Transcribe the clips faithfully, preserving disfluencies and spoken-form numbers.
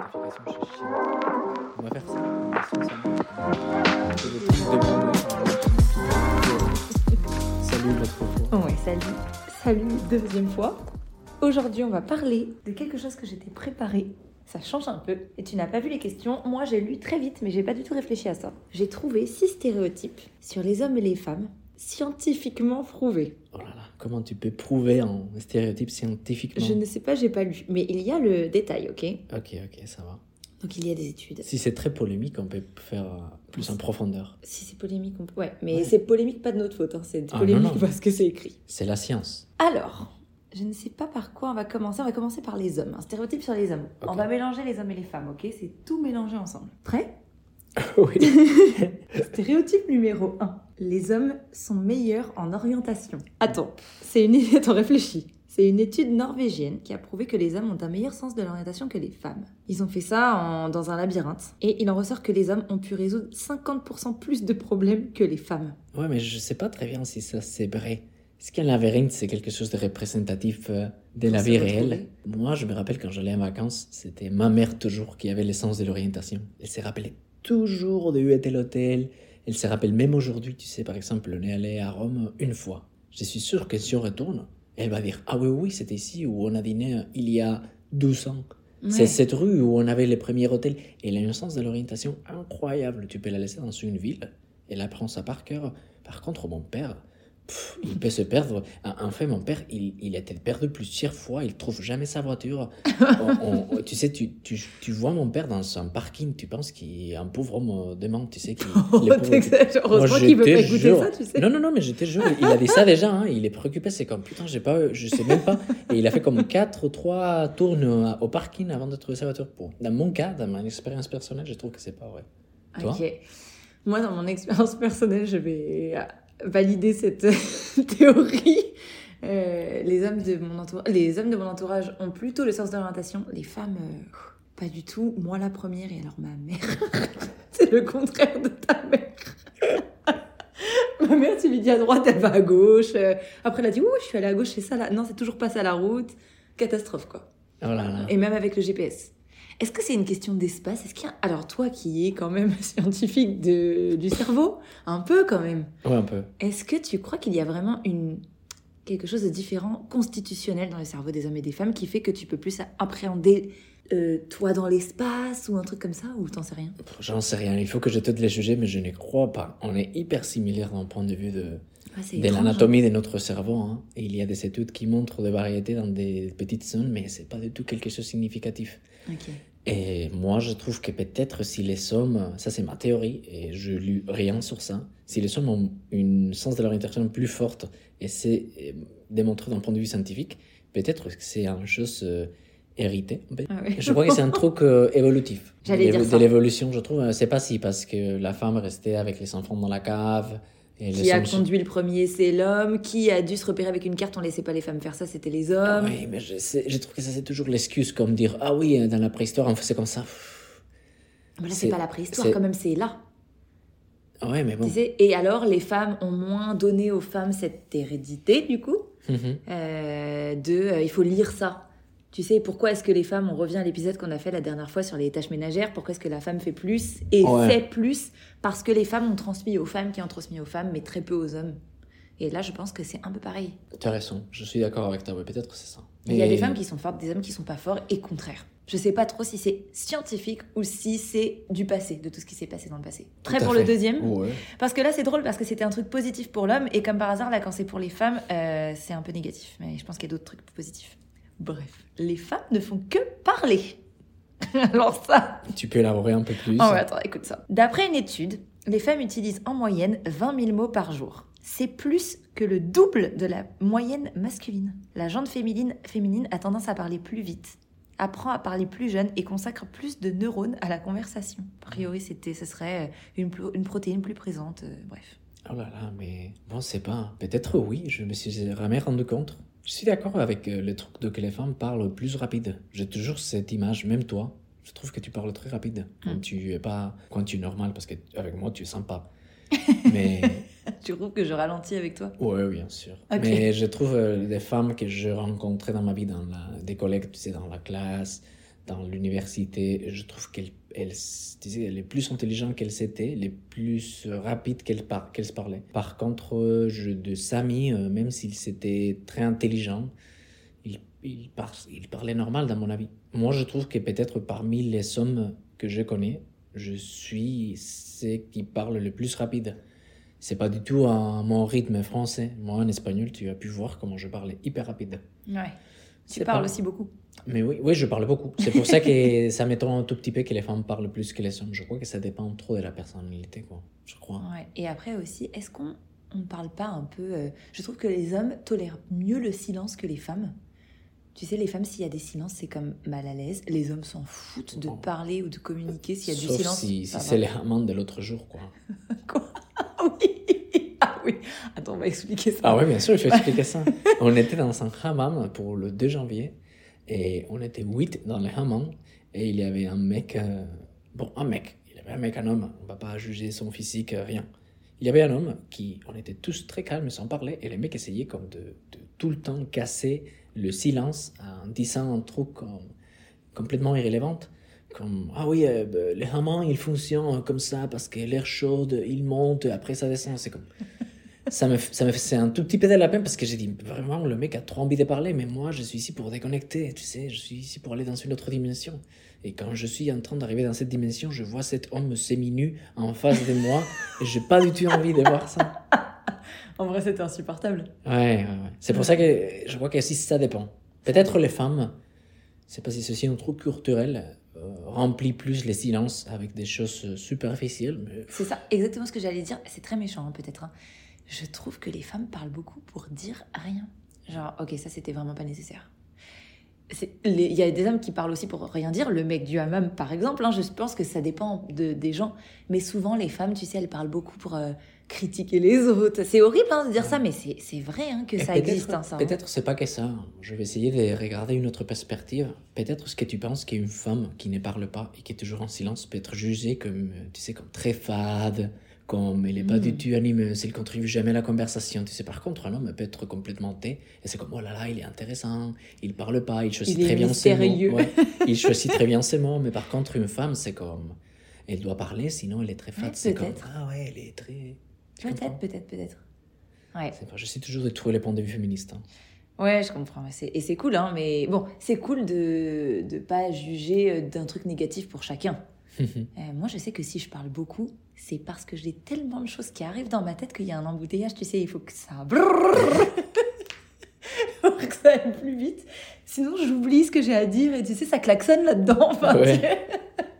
vérification chez Chine. On va faire ça. On va faire ça. Le truc de Salut l'autre fois. Oui, salut. Salut, deuxième fois. Aujourd'hui, on va parler de quelque chose que j'étais préparée. Ça change un peu. Et tu n'as pas vu les questions. Moi, j'ai lu très vite, mais j'ai pas du tout réfléchi à ça. J'ai trouvé six stéréotypes sur les hommes et les femmes, scientifiquement prouvés. Oh là là, comment tu peux prouver un stéréotype scientifiquement ? Je ne sais pas, j'ai pas lu. Mais il y a le détail, ok ? Ok, ok, ça va. Donc il y a des études. Si c'est très polémique, on peut faire plus en profondeur. Si c'est polémique, on peut... Ouais, mais Ouais. c'est polémique pas de notre faute. Hein. C'est Ah, polémique non, non. parce que c'est écrit. C'est la science. Alors... Je ne sais pas par quoi on va commencer. On va commencer par les hommes. Un stéréotype sur les hommes. Ok. On va mélanger les hommes et les femmes, ok ? C'est tout mélangé ensemble. Prêt ? Oui. Stéréotype numéro un. Les hommes sont meilleurs en orientation. Attends, c'est une... Attends, réfléchis. C'est une étude norvégienne qui a prouvé que les hommes ont un meilleur sens de l'orientation que les femmes. Ils ont fait ça en... dans un labyrinthe. Et il en ressort que les hommes ont pu résoudre cinquante pour cent plus de problèmes que les femmes. Ouais, mais je sais pas très bien si ça c'est vrai. Est-ce qu'un labyrinthe, c'est quelque chose de représentatif euh, de Pour la se vie retrouver. réelle ? Moi, je me rappelle quand j'allais en vacances, c'était ma mère toujours qui avait l'essence de l'orientation. Elle s'est rappelée toujours de où était l'hôtel. Elle se rappelle même aujourd'hui, tu sais, par exemple, on est allé à Rome une fois. Je suis sûr que si on retourne, elle va dire « Ah oui, oui, c'était ici où on a dîné euh, il y a douze ans. Ouais. C'est cette rue où on avait les premiers hôtels. » Elle a un sens de l'orientation incroyable. Tu peux la laisser dans une ville, elle apprend ça par cœur. Par contre, mon père... Pff, il peut se perdre. En en fait, mon père, il, il a été perdu plusieurs fois. Il trouve jamais sa voiture. On- on- tu sais, tu, tu, tu vois mon père dans un parking. Tu penses qu'il est un pauvre homme dément. Tu sais qu'il. Oh, le pauvre- t'exagères. Moi, Heureusement je qu'il veut te pas écouter jure. ça, tu sais. Non, non, non, mais je te jure, il a dit ça déjà. Hein, il est préoccupé. C'est comme putain, j'ai pas, je sais même pas. Et il a fait comme quatre ou trois tours au parking avant de trouver sa voiture. Bon, dans mon cas, dans mon expérience personnelle, je trouve que c'est pas vrai. Toi ? Ok. Moi, dans mon expérience personnelle, je vais euh, valider cette théorie. Euh, les, hommes de mon entourage, les hommes de mon entourage ont plutôt le sens d'orientation. Les femmes, euh, pas du tout. Moi, la première, et alors ma mère. C'est le contraire de ta mère. Ma mère, tu lui dis à droite, elle va à gauche. Euh, Après, elle a dit, ouh, je suis allée à gauche, c'est ça là. Non, c'est toujours passé à la route. Catastrophe, quoi. Oh là là. Et même avec le G P S. Est-ce que c'est une question d'espace ? Est-ce qu'il y a... Alors toi qui es quand même scientifique de... du cerveau, un peu quand même, Ouais, un peu. est-ce que tu crois qu'il y a vraiment une... quelque chose de différent, constitutionnel dans le cerveau des hommes et des femmes qui fait que tu peux plus appréhender euh, toi dans l'espace ou un truc comme ça, ou t'en sais rien ? J'en sais rien. Il faut que je te les juger, mais je ne crois pas. On est hyper similaires d'un point de vue de. Ouais, c'est de étrange, l'anatomie de notre cerveau. Hein. Et il y a des études qui montrent des variétés dans des petites zones, mais c'est pas du tout quelque chose de significatif. hein. Ok. Et moi, je trouve que peut-être si les hommes, ça c'est ma théorie, et je lis rien sur ça, si les hommes ont une sens de l'orientation plus forte, et c'est euh, démontré d'un point de vue scientifique, peut-être que c'est une chose euh, héritée. Ah ouais. Je crois que c'est un truc euh, évolutif. J'allais de, dire de ça. l'évolution, je trouve. C'est pas si, parce que la femme restait avec les enfants dans la cave. Et Qui les a hommes- conduit le premier, c'est l'homme. Qui a dû se repérer avec une carte, on laissait pas les femmes faire ça, c'était les Ah hommes. oui, mais je, sais- je trouve que ça c'est toujours l'excuse, comme dire ah oui, dans la préhistoire on faisait comme ça. Mais là, c'est c'est- pas la préhistoire, c'est- quand même, c'est là. Ah ouais, mais bon. Tu sais, et alors, les femmes ont moins donné aux femmes cette hérédité, du coup, Mhm. euh, de euh, il faut lire ça. Tu sais, pourquoi est-ce que les femmes, on revient à l'épisode qu'on a fait la dernière fois sur les tâches ménagères, pourquoi est-ce que la femme fait plus et Ouais. fait plus ? Parce que les femmes ont transmis aux femmes qui ont transmis aux femmes, mais très peu aux hommes. Et là, je pense que c'est un peu pareil. Tu as raison, je suis d'accord avec toi, ouais, peut-être c'est ça. Il y a Mais- des femmes qui sont fortes, des hommes qui sont pas forts, et contraire. Je sais pas trop si c'est scientifique ou si c'est du passé, de tout ce qui s'est passé dans le passé. Prêt Tout à pour fait. le deuxième ? Ouais. Parce que là, c'est drôle parce que c'était un truc positif pour l'homme et comme par hasard, là, quand c'est pour les femmes, euh, c'est un peu négatif. Mais je pense qu'il y a d'autres trucs positifs. Bref, les femmes ne font que parler. Alors ça... Tu peux élaborer un peu plus. Oh ouais, attends, écoute ça. D'après une étude, les femmes utilisent en moyenne vingt mille mots par jour. C'est plus que le double de la moyenne masculine. La jante féminine, féminine a tendance à parler plus vite, apprend à parler plus jeune et consacre plus de neurones à la conversation. A priori, c'était, ce serait une, plo- une protéine plus présente, euh, bref. Oh là là, mais bon, c'est pas. Peut-être oui, je me suis jamais rendu compte. Je suis d'accord avec euh, le truc de que les femmes parlent plus rapide. J'ai toujours cette image, même toi. Je trouve que tu parles très rapide quand Mm. tu es pas, quand tu es normal, parce qu'avec moi tu es sympa. Mais Tu trouves que je ralentis avec toi ? ouais, bien sûr. Ok. Mais je trouve euh, des femmes que je rencontrais dans ma vie, dans la, des collègues, tu sais, dans la classe, dans l'université, je trouve qu'elle elle, tu sais, elle est plus intelligente qu'elle s'était, elle est plus rapide qu'elle, par, qu'elle se parlait. Par contre, euh, je, de Samy, euh, même s'il c'était très intelligent, il, il, par, il parlait normal dans mon avis. Moi, je trouve que peut-être parmi les hommes que je connais, je suis ceux qui parlent le plus rapide. C'est pas du tout à mon rythme français. Moi, en espagnol, tu as pu voir comment je parlais hyper rapide. Ouais. Tu C'est parles pas- aussi beaucoup. Mais oui, oui, je parle beaucoup. C'est pour ça que ça m'étonne un tout petit peu que les femmes parlent plus que les hommes. Je crois que ça dépend trop de la personnalité, quoi. Je crois. Ouais. Et après aussi, est-ce qu'on ne parle pas un peu... euh, Je trouve que les hommes tolèrent mieux le silence que les femmes. Tu sais, les femmes, s'il y a des silences, c'est comme mal à l'aise. Les hommes s'en foutent de Oh. parler ou de communiquer s'il y a du Sauf silence. si, ça si va. c'est les amants de l'autre jour, quoi. Quoi? Ah oui. Ah oui. Attends, on va expliquer ça. Ah oui, bien sûr, il faut expliquer ça. On était dans un hammam pour le deux janvier et on était huit dans le hammam et il y avait un mec, euh, bon, un mec, il y avait un mec, un homme, on va pas juger son physique, euh, rien. Il y avait un homme qui, on était tous très calmes sans parler et le mec essayait comme de, de tout le temps casser le silence en disant un truc comme, complètement irrélevant. Comme, ah oui, euh, bah, les hammams, ils fonctionnent comme ça parce que l'air chaud, il monte, après ça descend. C'est comme... Ça me, ça me faisait un tout petit peu de la peine parce que j'ai dit, vraiment, le mec a trop envie de parler, mais moi, je suis ici pour déconnecter, tu sais, je suis ici pour aller dans une autre dimension. Et quand je suis en train d'arriver dans cette dimension, je vois cet homme semi-nu en face de moi et j'ai pas du tout envie de voir ça. En vrai, c'était insupportable. Ouais, ouais, ouais. C'est pour ça que je crois que si ça dépend. Peut-être les femmes, c'est parce que ceci est un truc culturel, euh, remplit plus les silences avec des choses superficielles, mais C'est ça, exactement ce que j'allais dire. C'est très méchant, hein, peut-être. hein. Je trouve que les femmes parlent beaucoup pour dire rien. Genre, ok, ça, c'était vraiment pas nécessaire. C'est- les- Il y a des hommes qui parlent aussi pour rien dire. Le mec du hammam, par exemple, hein, je pense que ça dépend de, des gens. Mais souvent, les femmes, tu sais, elles parlent beaucoup pour euh, critiquer les autres. C'est horrible hein, de dire ça, mais c'est c'est vrai hein, que Et ça peut-être- existe. hein, ça, hein. Peut-être c'est pas que ça. Je vais essayer de regarder une autre perspective. Peut-être ce que tu penses qu'une femme qui ne parle pas et qui est toujours en silence peut être jugée comme, euh, tu sais, comme très fade, comme elle n'est pas Mm. du tout animeuse, elle contribue jamais à la conversation. Tu sais, par contre, un homme peut être complètement tait et c'est comme, oh là là, il est intéressant, il parle pas, il choisit Il est très bien ses mots. mystérieux. Ouais, il choisit très bien ses mots, mais par contre, une femme, c'est comme, elle doit parler, sinon elle est très fade. Ouais, c'est comme, peut-être. ah ouais, elle est très. Tu comprends? Peut-être, peut-être, peut-être. Ouais. C'est pas- Je sais toujours de trouver les points de vue féministes. hein. Ouais, je comprends. ouais, c'est- Et c'est cool, hein, mais bon, c'est cool de ne pas juger euh, d'un truc négatif pour chacun. Euh, moi, je sais que si je parle beaucoup, c'est parce que j'ai tellement de choses qui arrivent dans ma tête qu'il y a un embouteillage, tu sais, il faut que ça... Il faut que ça aille plus vite. Sinon, j'oublie ce que j'ai à dire et tu sais, ça klaxonne là-dedans. Enfin, Ouais. tu sais.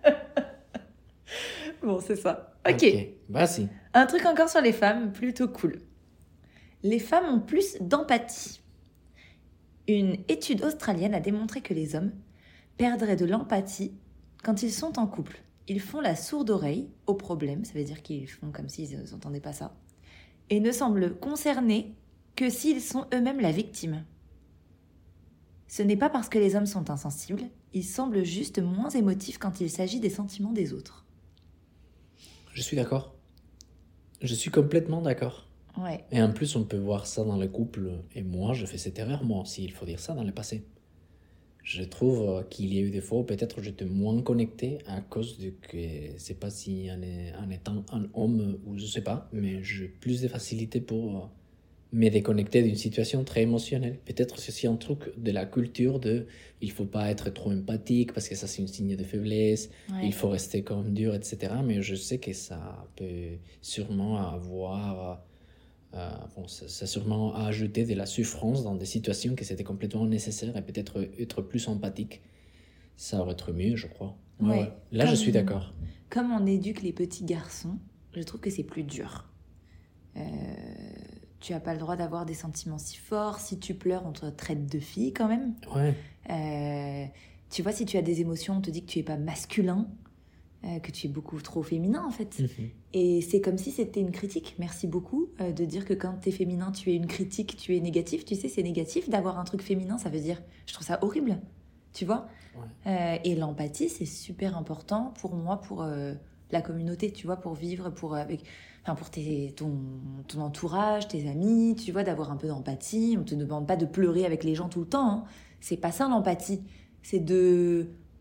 Bon, c'est ça. Ok. Vas-y. Un truc encore sur les femmes, plutôt cool. Les femmes ont plus d'empathie. Une étude australienne a démontré que les hommes perdraient de l'empathie quand ils sont en couple. Ils font la sourde oreille au problème, ça veut dire qu'ils font comme s'ils n'entendaient pas ça, et ne semblent concernés que s'ils sont eux-mêmes la victime. Ce n'est pas parce que les hommes sont insensibles, ils semblent juste moins émotifs quand il s'agit des sentiments des autres. Je suis d'accord. Je suis complètement d'accord. Ouais, Et en plus, on peut voir ça dans le couple. Et moi, je fais cette erreur, moi aussi, il faut dire ça, dans le passé. Je trouve euh, qu'il y a eu des fois où peut-être j'étais moins connecté à cause de que, c'est pas si en, est- en étant un homme ou je sais pas, mais j'ai plus de facilité pour euh, me déconnecter d'une situation très émotionnelle. Peut-être c'est aussi un truc de la culture de il faut pas être trop empathique parce que ça c'est un signe de faiblesse, ouais. il faut rester comme dur, et cetera. Mais je sais que ça peut sûrement avoir, euh, bon, ça, ça sûrement a ajouté de la souffrance dans des situations que c'était complètement nécessaire et peut-être être plus empathique, ça aurait été mieux, je crois. Ouais. Là, je Comme- suis d'accord. Comme on éduque les petits garçons, je trouve que c'est plus dur. Euh, tu n'as pas le droit d'avoir des sentiments si forts. Si tu pleures, on te traite de fille quand même. Ouais, Euh, tu vois, si tu as des émotions, on te dit que tu es pas masculin, euh, que tu es beaucoup trop féminin en fait. Mhm. Et c'est comme si c'était une critique. Merci beaucoup euh, de dire que quand tu es féminin, tu es une critique, tu es négatif. Tu sais, c'est négatif d'avoir un truc féminin, ça veut dire... Je trouve ça horrible, tu vois. Ouais. Euh, et l'empathie, c'est super important pour moi, pour euh, la communauté, tu vois, pour vivre, pour, avec, enfin, pour tes, ton, ton entourage, tes amis, tu vois, d'avoir un peu d'empathie. On te demande pas de pleurer avec les gens tout le temps. Hein. C'est pas ça l'empathie. C'est de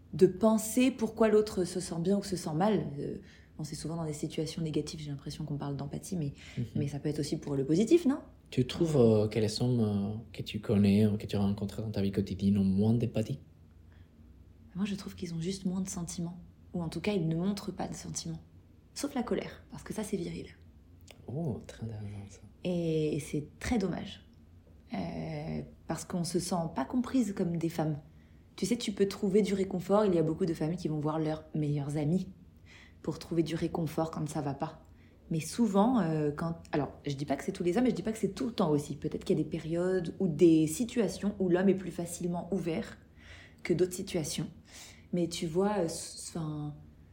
de penser pourquoi l'autre se sent bien ou se sent mal. Euh, bon, c'est souvent dans des situations négatives, j'ai l'impression qu'on parle d'empathie, mais, Mhm. mais ça peut être aussi pour le positif, non? Tu trouves euh, que les hommes euh, que tu connais, euh, que tu as rencontrés dans ta vie quotidienne ont moins d'empathie? Moi, je trouve qu'ils ont juste moins de sentiments. Ou en tout cas, ils ne montrent pas de sentiments. Sauf la colère, parce que ça, c'est viril. Oh, très intéressant ça. Et c'est très dommage. Euh, parce qu'on se sent pas comprise comme des femmes. Tu sais, tu peux trouver du réconfort. Il y a beaucoup de familles qui vont voir leurs meilleurs amis pour trouver du réconfort quand ça va pas. Mais souvent, euh, quand... Alors, je dis pas que c'est tous les hommes, mais je dis pas que c'est tout le temps aussi. Peut-être qu'il y a des périodes ou des situations où l'homme est plus facilement ouvert que d'autres situations. Mais tu vois, enfin...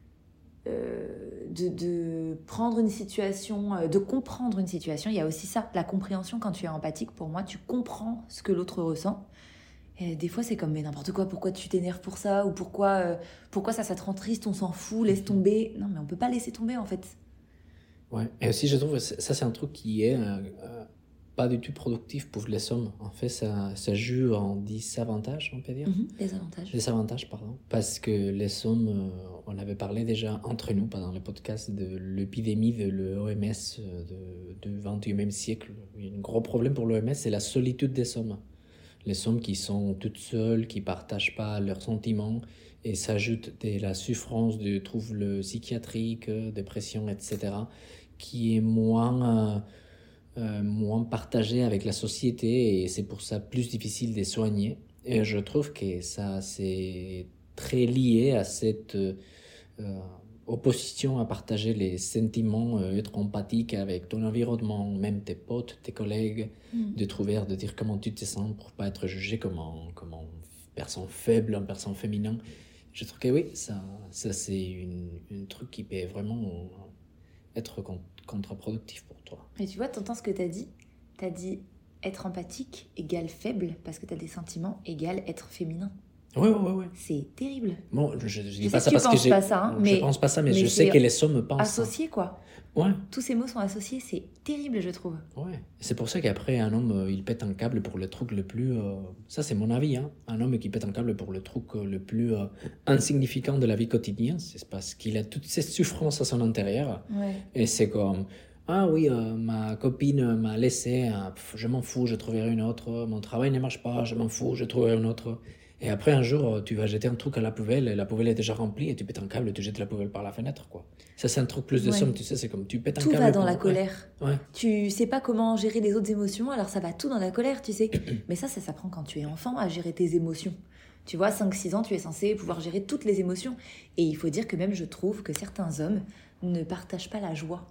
Euh, de, de prendre une situation, euh, de comprendre une situation, il y a aussi ça, la compréhension. Quand tu es empathique, pour moi, tu comprends ce que l'autre ressent. Et des fois, c'est comme, mais n'importe quoi, pourquoi tu t'énerves pour ça? Ou pourquoi, euh, pourquoi ça, ça te rend triste, on s'en fout, laisse tomber. Non, mais on peut pas laisser tomber, en fait. Ouais, et aussi je trouve que c'est- ça c'est un truc qui est euh, euh, pas du tout productif pour les hommes. En fait, ça, ça joue en désavantage, on peut dire. Mhm, les avantages. Désavantage, pardon. Parce que les hommes, euh, on avait parlé déjà entre nous pendant le podcast de l'épidémie de l'O M S euh, de, du vingt et unième siècle. Il y a un gros problème pour l'O M S, c'est la solitude des hommes. Les hommes qui sont toutes seules, qui partagent pas leurs sentiments, et s'ajoute de la souffrance de troubles psychiatriques, euh, dépression, et cetera, qui est moins, euh, euh, moins partagée avec la société, et c'est pour ça plus difficile de soigner. Et je trouve que ça, c'est très lié à cette euh, euh, opposition à partager les sentiments, euh, être empathique avec ton environnement, même tes potes, tes collègues, Mm. de trouver, de dire comment tu te sens pour pas être jugé comme un, comme un personne faible, un personne féminin. Je trouve que oui, ça, ça c'est une, une truc qui peut vraiment être con- contre-productif pour toi. Et tu vois, t'entends ce que t'as dit? T'as dit être empathique égale faible, parce que t'as des sentiments égale être féminin. Ouais, ouais, ouais, ouais. C'est terrible. Bon, je, je, je dis Je pas sais ça que tu parce que penses j'ai. pas ça, hein, je mais- pense pas ça, mais, mais je sais c'est que les hommes pensent. ça. Associé, quoi. Ouais, Tous ces mots sont associés, c'est terrible, je trouve. ouais. C'est pour ça qu'après, un homme, euh, il pète un câble pour le truc le plus. euh, Ça, c'est mon avis, hein. Un homme qui pète un câble pour le truc euh, le plus euh, insignifiant de la vie quotidienne, c'est parce qu'il a toutes ces souffrances à son intérieur. Ouais. Et c'est comme. Ah oui, euh, ma copine m'a laissé, euh, pff, je m'en fous, je trouverai une autre. Mon travail ne marche pas, je m'en fous, je trouverai une autre. Et après, un jour, euh, tu vas jeter un truc à la poubelle, et la poubelle est déjà remplie, et tu pètes un câble, et tu jettes la poubelle par la fenêtre, quoi. Ça, c'est un truc plus de Ouais. somme, tu sais, c'est comme tu pètes un Tout câble. va dans pour- la ouais. colère. Ouais. Tu sais pas comment gérer les autres émotions, alors ça va tout dans la colère, tu sais. Mais ça, ça s'apprend quand tu es enfant à gérer tes émotions. Tu vois, cinq six ans, tu es censé pouvoir gérer toutes les émotions. Et il faut dire que même je trouve que certains hommes ne partagent pas la joie.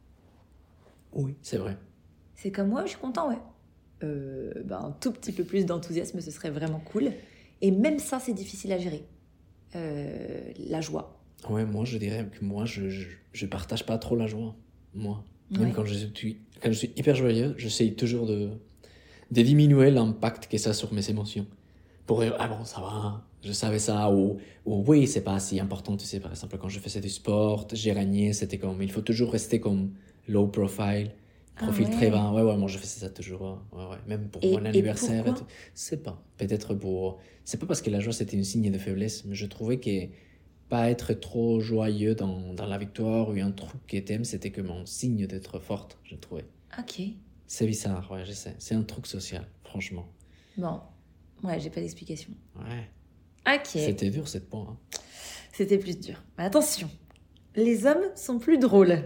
Oui, c'est vrai. C'est comme moi, je suis content, ouais. Euh, ben, un tout petit peu plus d'enthousiasme, ce serait vraiment cool. Et même ça, c'est difficile à gérer. Euh, la joie. Ouais, moi, je dirais que moi, je, je, je partage pas trop la joie. Moi. Même Ouais. quand je suis, quand je suis hyper joyeux, j'essaye toujours de, de diminuer l'impact que ça a sur mes émotions. Pour dire, ah bon, ça va, je savais ça, ou, ou oui, c'est pas si important, tu sais, par exemple, quand je faisais du sport, j'ai gagné, c'était comme, il faut toujours rester comme low profile, Ah profil ouais. très bas. Ouais, ouais, moi, je faisais ça toujours, ouais, ouais, même pour Et- mon et anniversaire. pourquoi tout. C'est pas, peut-être pour, c'est pas parce que la joie, c'était un signe de faiblesse, mais je trouvais que pas être trop joyeux dans, dans la victoire ou un truc que t'aimes, c'était comme un signe d'être forte, je trouvais. Ok. C'est bizarre, ouais, je sais. C'est un truc social, franchement. Bon. Ouais, j'ai pas d'explication. Ouais. Ok. C'était dur, cette point. Hein. C'était plus dur. Mais attention. Les hommes sont plus drôles.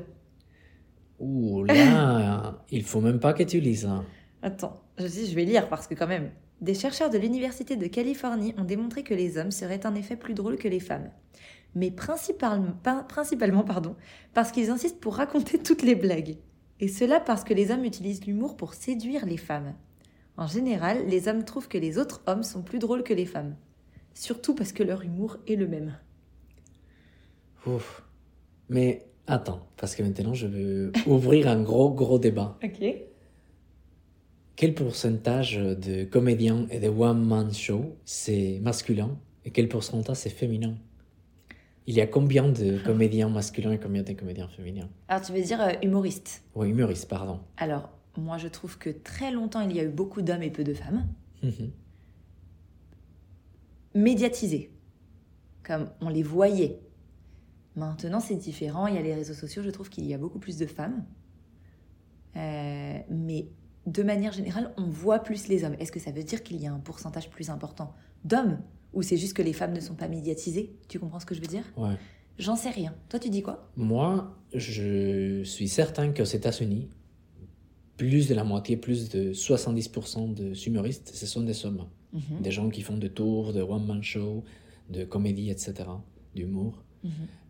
Ouh là, il faut même pas que tu lises. Hein. Attends, je dis, je vais lire parce que quand même. Des chercheurs de l'Université de Californie ont démontré que les hommes seraient en effet plus drôles que les femmes. Mais principalement, pas- principalement pardon, parce qu'ils insistent pour raconter toutes les blagues. Et cela parce que les hommes utilisent l'humour pour séduire les femmes. En général, les hommes trouvent que les autres hommes sont plus drôles que les femmes. Surtout parce que leur humour est le même. Ouf. Mais attends, parce que maintenant je veux ouvrir un gros, gros débat. Ok. Quel pourcentage de comédiens et de one-man show c'est masculin et quel pourcentage c'est féminin? Il y a combien de comédiens masculins et combien de comédiens féminins? Alors tu veux dire euh, humoriste. Oui, humoriste, pardon. Alors, moi je trouve que très longtemps il y a eu beaucoup d'hommes et peu de femmes. Mhm. Médiatisés. comme on les voyait. Maintenant, c'est différent. Il y a les réseaux sociaux, je trouve qu'il y a beaucoup plus de femmes. Euh, mais de manière générale, on voit plus les hommes. Est-ce que ça veut dire qu'il y a un pourcentage plus important d'hommes ou c'est juste que les femmes ne sont pas médiatisées? Tu comprends ce que je veux dire? Ouais. J'en sais rien. Toi, tu dis quoi? Moi, je suis certain qu'aux États-Unis, plus de la moitié, plus de soixante-dix pour cent des humoristes, ce sont des hommes. Mhm. Des gens qui font de tours, de one-man show, de comédie, et cetera, d'humour. Mhm.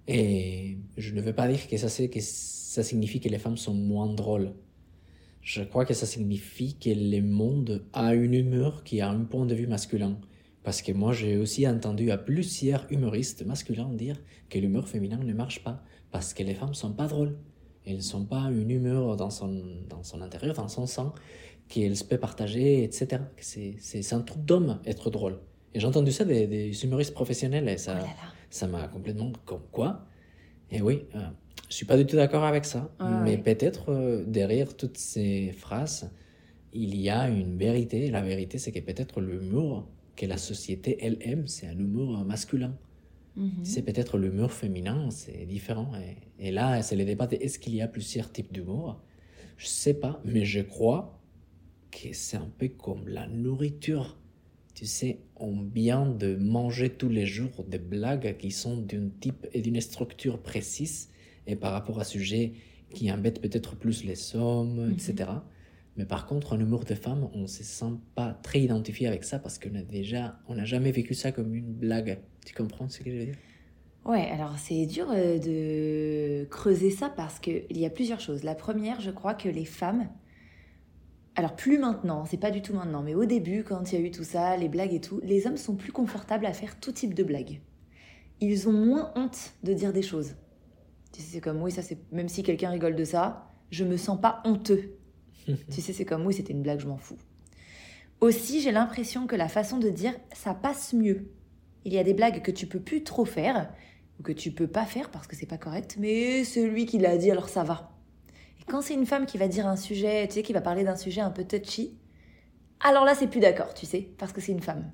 Et je ne veux pas dire que ça, c'est, que ça signifie que les femmes sont moins drôles. Je crois que ça signifie que le monde a une humeur qui a un point de vue masculin. Parce que moi, j'ai aussi entendu à plusieurs humoristes masculins dire que l'humour féminin ne marche pas. Parce que les femmes ne sont pas drôles. Elles ne sont pas une humeur dans son, dans son intérieur, dans son sang, qu'elles se peuvent partager, et cetera. C'est, c'est, c'est un truc d'homme, être drôle. Et j'ai entendu ça des, des humoristes professionnels et ça, Oh là là. ça m'a complètement... Comme quoi? Et oui, euh, je ne suis pas du tout d'accord avec ça. Ah, mais ouais. peut-être euh, derrière toutes ces phrases, il y a une vérité. La vérité, c'est que peut-être l'humour que la société, elle aime, c'est un humour masculin. Mhm. C'est peut-être l'humour féminin, c'est différent. Et, et là, c'est le débat de est-ce qu'il y a plusieurs types d'humour? Je sais pas, mais je crois que c'est un peu comme la nourriture. Tu sais, on vient de manger tous les jours des blagues qui sont d'un type et d'une structure précise et par rapport à sujet qui embête peut-être plus les hommes, Mhm. et cetera. Mais par contre, en humour de femme, on ne se sent pas très identifié avec ça parce qu'on a déjà, on n'a jamais vécu ça comme une blague. Tu comprends ce que je veux dire? Ouais, alors c'est dur euh, de creuser ça parce qu'il y a plusieurs choses. La première, je crois que les femmes, alors plus maintenant, c'est pas du tout maintenant, mais au début, quand il y a eu tout ça, les blagues et tout, les hommes sont plus confortables à faire tout type de blagues. Ils ont moins honte de dire des choses. Tu sais, c'est comme, oui, ça c'est, même si quelqu'un rigole de ça, je me sens pas honteux. Tu sais, c'est comme, oui, c'était une blague, je m'en fous. Aussi, j'ai l'impression que la façon de dire, ça passe mieux. Il y a des blagues que tu peux plus trop faire, ou que tu peux pas faire parce que c'est pas correct, mais celui qui l'a dit, alors ça va. Et quand c'est une femme qui va dire un sujet, tu sais, qui va parler d'un sujet un peu touchy, alors là, c'est plus d'accord, tu sais, parce que c'est une femme.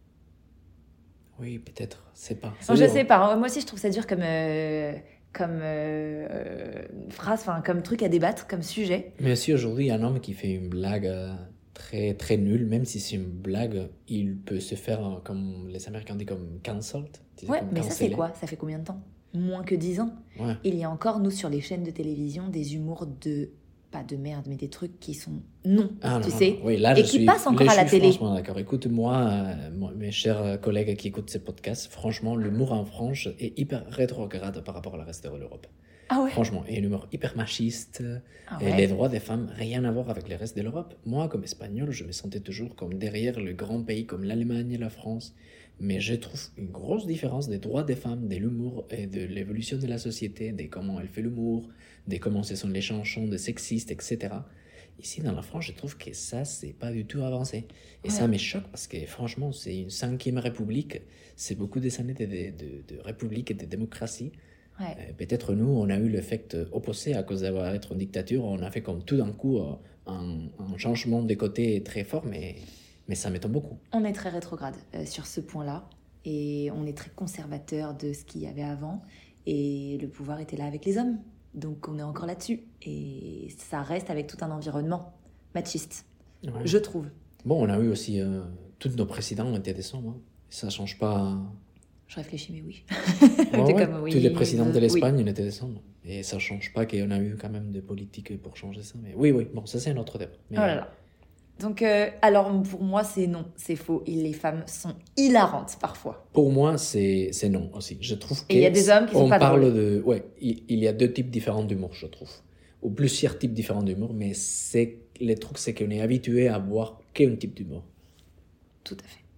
Oui, peut-être, c'est pas. Non, je dur, sais hein. pas, moi aussi je trouve ça dur comme, euh, comme euh, phrase, enfin comme truc à débattre, comme sujet. Mais aussi aujourd'hui, un homme qui fait une blague euh, très très nulle, même si c'est une blague, il peut se faire, euh, comme les Américains disent, comme cancelled. Tu sais, Ouais, comme mais ça c'est cancellé. quoi? Ça fait combien de temps? Moins que dix ans. Ouais. Il y a encore, nous, sur les chaînes de télévision, des humours de... pas de merde, mais des trucs qui sont non, Ah, tu non, sais. non. Oui, là, et je qui suis, passent encore là, à la je suis télé. franchement d'accord. Écoute, moi, euh, moi, mes chers collègues qui écoutent ces podcasts, franchement, l'humour en France est hyper rétrograde par rapport au reste de l'Europe. Ah ouais? Franchement, et un humour hyper machiste. Ah Et ouais. les droits des femmes, rien à voir avec le reste de l'Europe. Moi, comme espagnol, je me sentais toujours comme derrière le grand pays comme l'Allemagne et la France. Mais je trouve une grosse différence des droits des femmes, de l'humour et de l'évolution de la société, de comment elle fait l'humour, de comment ce sont les chansons de sexistes, et cetera. Ici, dans la France, je trouve que ça, c'est pas du tout avancé. Et Ouais. ça me choque parce que, franchement, c'est une cinquième république. C'est beaucoup des années de, de, de république et de démocratie. Ouais. Euh, peut-être nous, on a eu l'effet opposé à cause d'avoir été en dictature. On a fait comme tout d'un coup euh, un, un changement de côté très fort, mais, mais ça m'étonne beaucoup. On est très rétrograde euh, sur ce point-là. Et on est très conservateur de ce qu'il y avait avant. Et le pouvoir était là avec les hommes. Donc on est encore là-dessus. Et ça reste avec tout un environnement machiste, Ouais. je trouve. Bon, on a eu aussi... Euh, tous nos présidents étaient des hommes. Hein. Ça change pas... Je réfléchis, mais oui. Ouais, T'es ouais, comme, oui, tous les présidents de oui. l'Espagne étaient des hommes. Et ça change pas qu'on a eu quand même des politiques pour changer ça. Mais oui, oui, bon, ça c'est un autre débat. Mais, Oh là là. Donc, euh, alors pour moi, c'est non, c'est faux. Et les femmes sont hilarantes parfois. Pour moi, c'est c'est non aussi. Je trouve que Et il y a des hommes qui sont on pas parle drôles. de ouais, il, il y a deux types différents d'humour, je trouve, ou plusieurs types différents d'humour, mais c'est le truc, c'est qu'on est habitué à voir qu'un type d'humour. Tout à fait.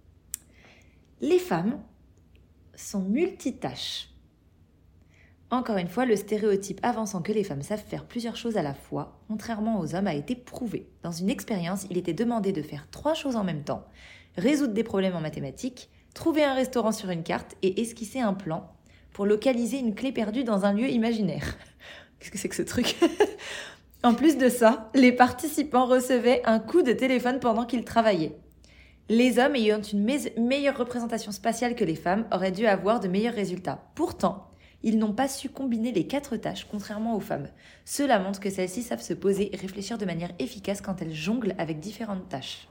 Les femmes sont multitâches. Encore une fois, le stéréotype avançant que les femmes savent faire plusieurs choses à la fois, contrairement aux hommes, a été prouvé. Dans une expérience, il était demandé de faire trois choses en même temps: résoudre des problèmes en mathématiques, trouver un restaurant sur une carte et esquisser un plan pour localiser une clé perdue dans un lieu imaginaire. Qu'est-ce que c'est que ce truc? En plus de ça, les participants recevaient un coup de téléphone pendant qu'ils travaillaient. Les hommes ayant une me- meilleure représentation spatiale que les femmes auraient dû avoir de meilleurs résultats. Pourtant, ils n'ont pas su combiner les quatre tâches, contrairement aux femmes. Cela montre que celles-ci savent se poser et réfléchir de manière efficace quand elles jonglent avec différentes tâches.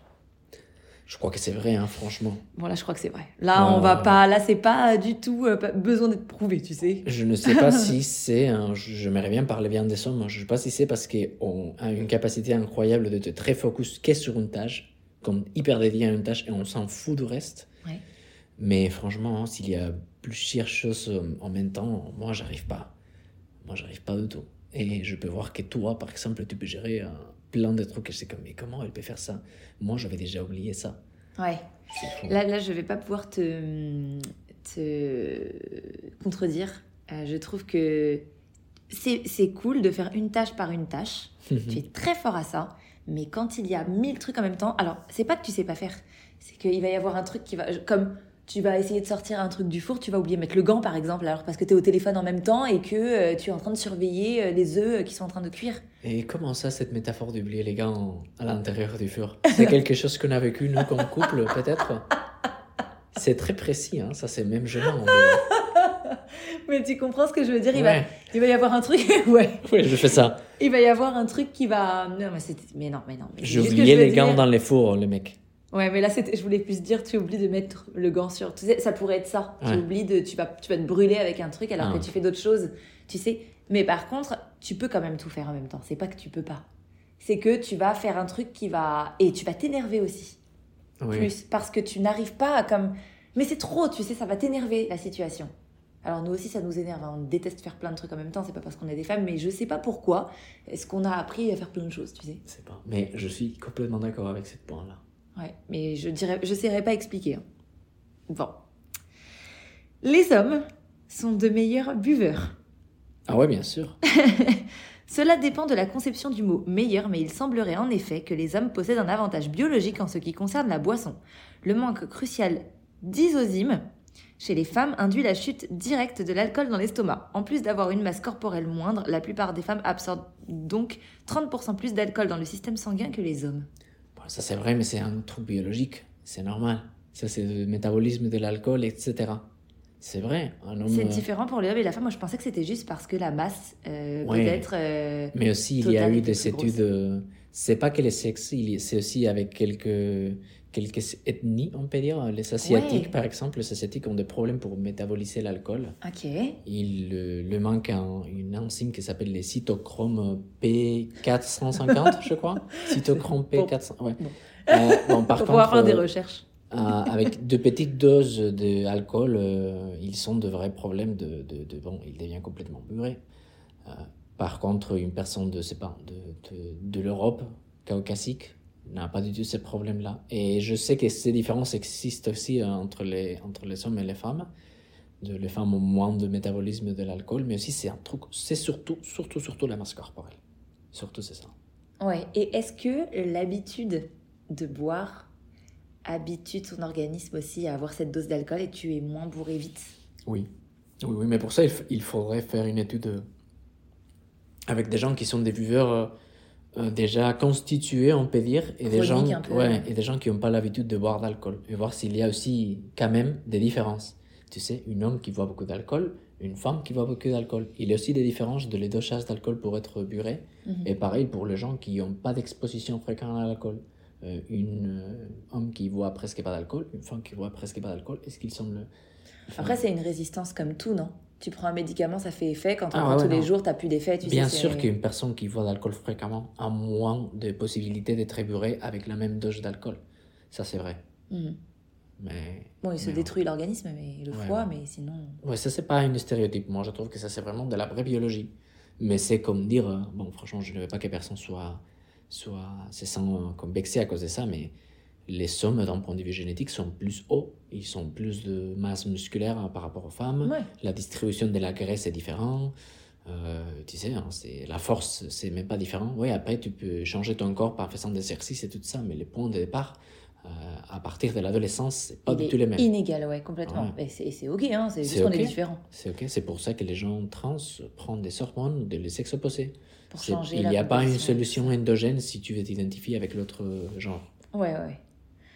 Je crois que c'est vrai, hein, franchement. Bon, là, je crois que c'est vrai. Là, Ouais, on va ouais, pas... Là, c'est pas du tout euh, pas besoin d'être prouvé, tu sais. Je ne sais pas si c'est, un- je- j'aimerais bien parler bien des hommes, je ne sais pas si c'est parce qu'on a une capacité incroyable de te très focus qu'est sur une tâche, comme hyper dédié à une tâche et on s'en fout du reste. Ouais. Mais franchement, hein, s'il y a plusieurs choses euh, en même temps, moi j'arrive pas. Moi j'arrive pas du tout. Et je peux voir que toi, par exemple, tu peux gérer euh, plein de trucs et c'est comme, mais comment elle peut faire ça? Moi j'avais déjà oublié ça. Ouais. C'est fou. Là, là, je vais pas pouvoir te, te contredire. Euh, je trouve que c'est, c'est cool de faire une tâche par une tâche. Tu es très fort à ça. Mais quand il y a mille trucs en même temps, alors c'est pas que tu sais pas faire, c'est qu'il va y avoir un truc qui va, comme tu vas essayer de sortir un truc du four, tu vas oublier de mettre le gant par exemple, alors parce que tu es au téléphone en même temps et que euh, tu es en train de surveiller euh, les œufs qui sont en train de cuire. Et comment ça, cette métaphore d'oublier les gants à l'intérieur du four? C'est quelque chose qu'on a vécu, nous, comme couple, peut-être? C'est très précis, hein, ça c'est même gênant. on dirait. Mais tu comprends ce que je veux dire, il, Ouais. va, il va y avoir un truc, ouais, Oui, je fais ça. il va y avoir un truc qui va, non mais, c'est... mais non, mais non. Mais c'est J'ai juste que oublié je veux les gants dire- dans les fours, les mecs. Ouais, mais là, c'était... je voulais plus dire, tu oublies de mettre le gant sur. Tu sais, ça pourrait être ça. Ouais. Tu oublies de. Tu vas, tu vas te brûler avec un truc alors Ah. que tu fais d'autres choses. Tu sais. Mais par contre, tu peux quand même tout faire en même temps. C'est pas que tu peux pas. C'est que tu vas faire un truc qui va. Et tu vas t'énerver aussi. Oui. Plus. Parce que tu n'arrives pas à comme. Mais c'est trop, tu sais, ça va t'énerver la situation. Alors nous aussi, ça nous énerve. hein. On déteste faire plein de trucs en même temps. C'est pas parce qu'on est des femmes, mais je sais pas pourquoi. Est-ce qu'on a appris à faire plein de choses, tu sais. C'est pas. Mais je suis complètement d'accord avec ce point-là. Ouais, mais je dirais, je saurais pas expliquer. hein. Bon. Les hommes sont de meilleurs buveurs. Ah ouais, bien sûr. Cela dépend de la conception du mot meilleur, mais il semblerait en effet que les hommes possèdent un avantage biologique en ce qui concerne la boisson. Le manque crucial d'isozyme chez les femmes induit la chute directe de l'alcool dans l'estomac. En plus d'avoir une masse corporelle moindre, la plupart des femmes absorbent donc trente pour cent plus d'alcool dans le système sanguin que les hommes. Bon, ça c'est vrai, mais c'est un truc biologique. C'est normal. Ça c'est le métabolisme de l'alcool, et cetera. C'est vrai. Un homme. C'est euh, différent pour les hommes et la femme. Moi, je pensais que c'était juste parce que la masse, euh, Ouais. peut-être... euh, Mais aussi, il y a Total eu était des plus grosse. études. euh, C'est pas que les sexes, il y- c'est aussi avec quelques, quelques ethnies, on peut dire. Les Asiatiques, Ouais. par exemple, les Asiatiques ont des problèmes pour métaboliser l'alcool. Ok. Il euh, le manque un- une enzyme qui s'appelle les cytochromes P quatre cent cinquante, je crois. Cytochrome P quatre cents. Ouais. Bon. Euh, bon, par Pour pouvoir contre, faire des euh, recherches. euh, avec de petites doses d'alcool, euh, ils ont de vrais problèmes de, de, de- bon, il devient complètement bourré. Euh, par contre, une personne de, c'est pas, de, de, de l'Europe caucasique n'a pas du tout ces problèmes-là. Et je sais que ces différences existent aussi euh, entre les, entre les hommes et les femmes. De, les femmes ont moins de métabolisme de l'alcool, mais aussi c'est un truc, c'est surtout, surtout, surtout la masse corporelle. Surtout c'est ça. Ouais. Et est-ce que l'habitude de boire habitue ton organisme aussi à avoir cette dose d'alcool et tu es moins bourré vite? Oui. Oui, oui, mais pour ça, il, f- il faudrait faire une étude euh, avec des gens qui sont des buveurs euh, euh, déjà constitués, on peut dire, et des gens, Chroniques un peu. ouais, et des gens qui n'ont pas l'habitude de boire d'alcool. Et voir s'il y a aussi quand même des différences. Tu sais, un homme qui boit beaucoup d'alcool, une femme qui boit beaucoup d'alcool. Il y a aussi des différences de les dosages d'alcool pour être buré. Mhm. Et pareil pour les gens qui n'ont pas d'exposition fréquente à l'alcool. Euh, un euh, homme qui boit presque pas d'alcool, une femme qui boit presque pas d'alcool, est-ce qu'ils sont le... Après, c'est une résistance comme tout, non? Tu prends un médicament, ça fait effet. Quand on Ah prend ouais, tous les non. jours, t'as plus d'effet. Tu Bien sais, sûr c'est- qu'une personne qui boit d'alcool fréquemment a moins de possibilités d'être burée avec la même dose d'alcool. Ça, c'est vrai. Mhm. Mais... Bon, il se mais détruit l'organisme, mais le Ouais, foie, ouais. mais sinon... Ouais, ça, c'est pas un stéréotype. Moi, je trouve que ça, c'est vraiment de la vraie biologie. Mais c'est comme dire... euh, Bon, franchement, je ne veux pas que personne soit, soit se sent euh, comme vexé à cause de ça, mais les hommes, d'un point de vue génétique, sont plus hauts. Ils sont plus de masse musculaire euh, par rapport aux femmes. Ouais. La distribution de la graisse est différente. Euh, tu sais, hein, c'est, la force, c'est même pas différent. Oui, après, tu peux changer ton corps par faisant des exercices et tout ça, mais les points de départ, euh, à partir de l'adolescence, c'est pas Il du est tout les mêmes. inégal, ouais, complètement. Ouais. Et c'est c'est ok, hein, c'est juste C'est qu'on ok. est différents. C'est ok, c'est pour ça que les gens trans prennent des hormones de les sexes opposés. Pour C'est- changer il la n'y a pas une composition. solution endogène si tu veux t'identifier avec l'autre genre. Ouais, ouais.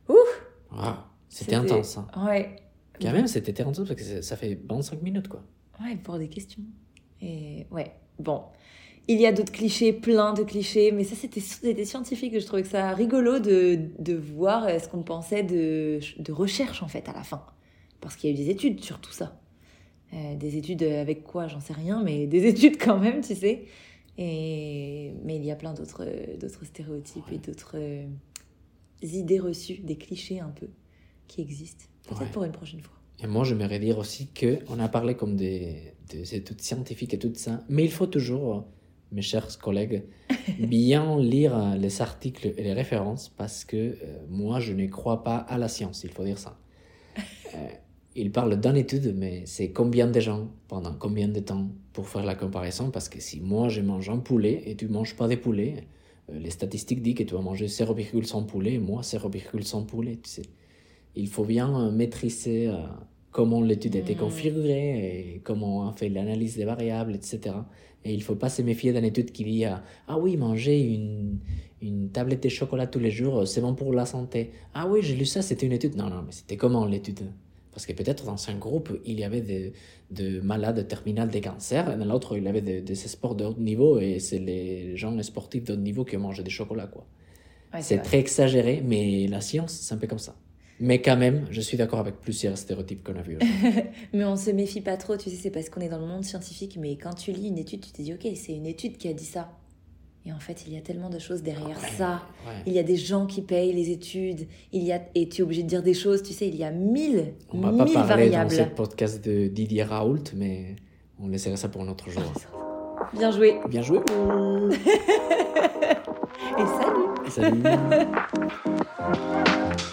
Ouh. Wow, c'était, c'était intense. Hein. Ouais. Quand même, c'était intense parce que ça fait vingt-cinq minutes, quoi. Ouais, pour des questions. Et ouais, bon. Il y a d'autres clichés, plein de clichés, mais ça, c'était, c'était scientifique. Je trouvais que ça rigolo de, de voir ce qu'on pensait de, de recherche, en fait, à la fin. Parce qu'il y a eu des études sur tout ça. Euh, des études avec quoi, j'en sais rien, mais des études quand même, tu sais. Et... Mais il y a plein d'autres, d'autres stéréotypes ouais. et d'autres euh, idées reçues, des clichés un peu, qui existent. Peut-être ouais. pour une prochaine fois. Et moi, j'aimerais dire aussi qu'on a parlé comme des, des études scientifiques et tout ça, mais il faut toujours, mes chers collègues, bien lire les articles et les références parce que euh, moi, je ne crois pas à la science, il faut dire ça. Euh, il parle d'une étude, mais c'est combien de gens, pendant combien de temps, pour faire la comparaison, parce que si moi, je mange un poulet et tu ne manges pas de poulet, euh, les statistiques disent que tu vas manger zéro virgule cinq poulet et moi, zéro virgule cinq poulet, tu sais. Il faut bien maîtriser euh, comment l'étude a été configurée et comment on fait l'analyse des variables, et cetera. Et il ne faut pas se méfier d'une étude qui dit « Ah oui, manger une, une tablette de chocolat tous les jours, c'est bon pour la santé. »« Ah oui, j'ai lu ça, c'était une étude. » Non, non, mais c'était comment l'étude ? Parce que peut-être dans un groupe, il y avait des, des malades terminales des cancers, et dans l'autre, il y avait des, des sports de haut niveau, et c'est les gens sportifs de haut niveau qui mangent des chocolats, quoi. Ouais, c'est c'est très exagéré, mais la science, c'est un peu comme ça. Mais quand même, je suis d'accord avec plusieurs stéréotypes qu'on a vus aujourd'hui. Mais on se méfie pas trop, tu sais, c'est parce qu'on est dans le monde scientifique, mais quand tu lis une étude, tu te dis, ok, c'est une étude qui a dit ça. Et en fait, il y a tellement de choses derrière ouais, ça. Ouais. Il y a des gens qui payent les études, il y a... et tu es obligé de dire des choses, tu sais, il y a mille, on mille variables. On va pas parler variables. Dans ce podcast de Didier Raoult, mais on laisserait ça pour un autre jour. Bien joué. Bien joué. Et salut. Et salut.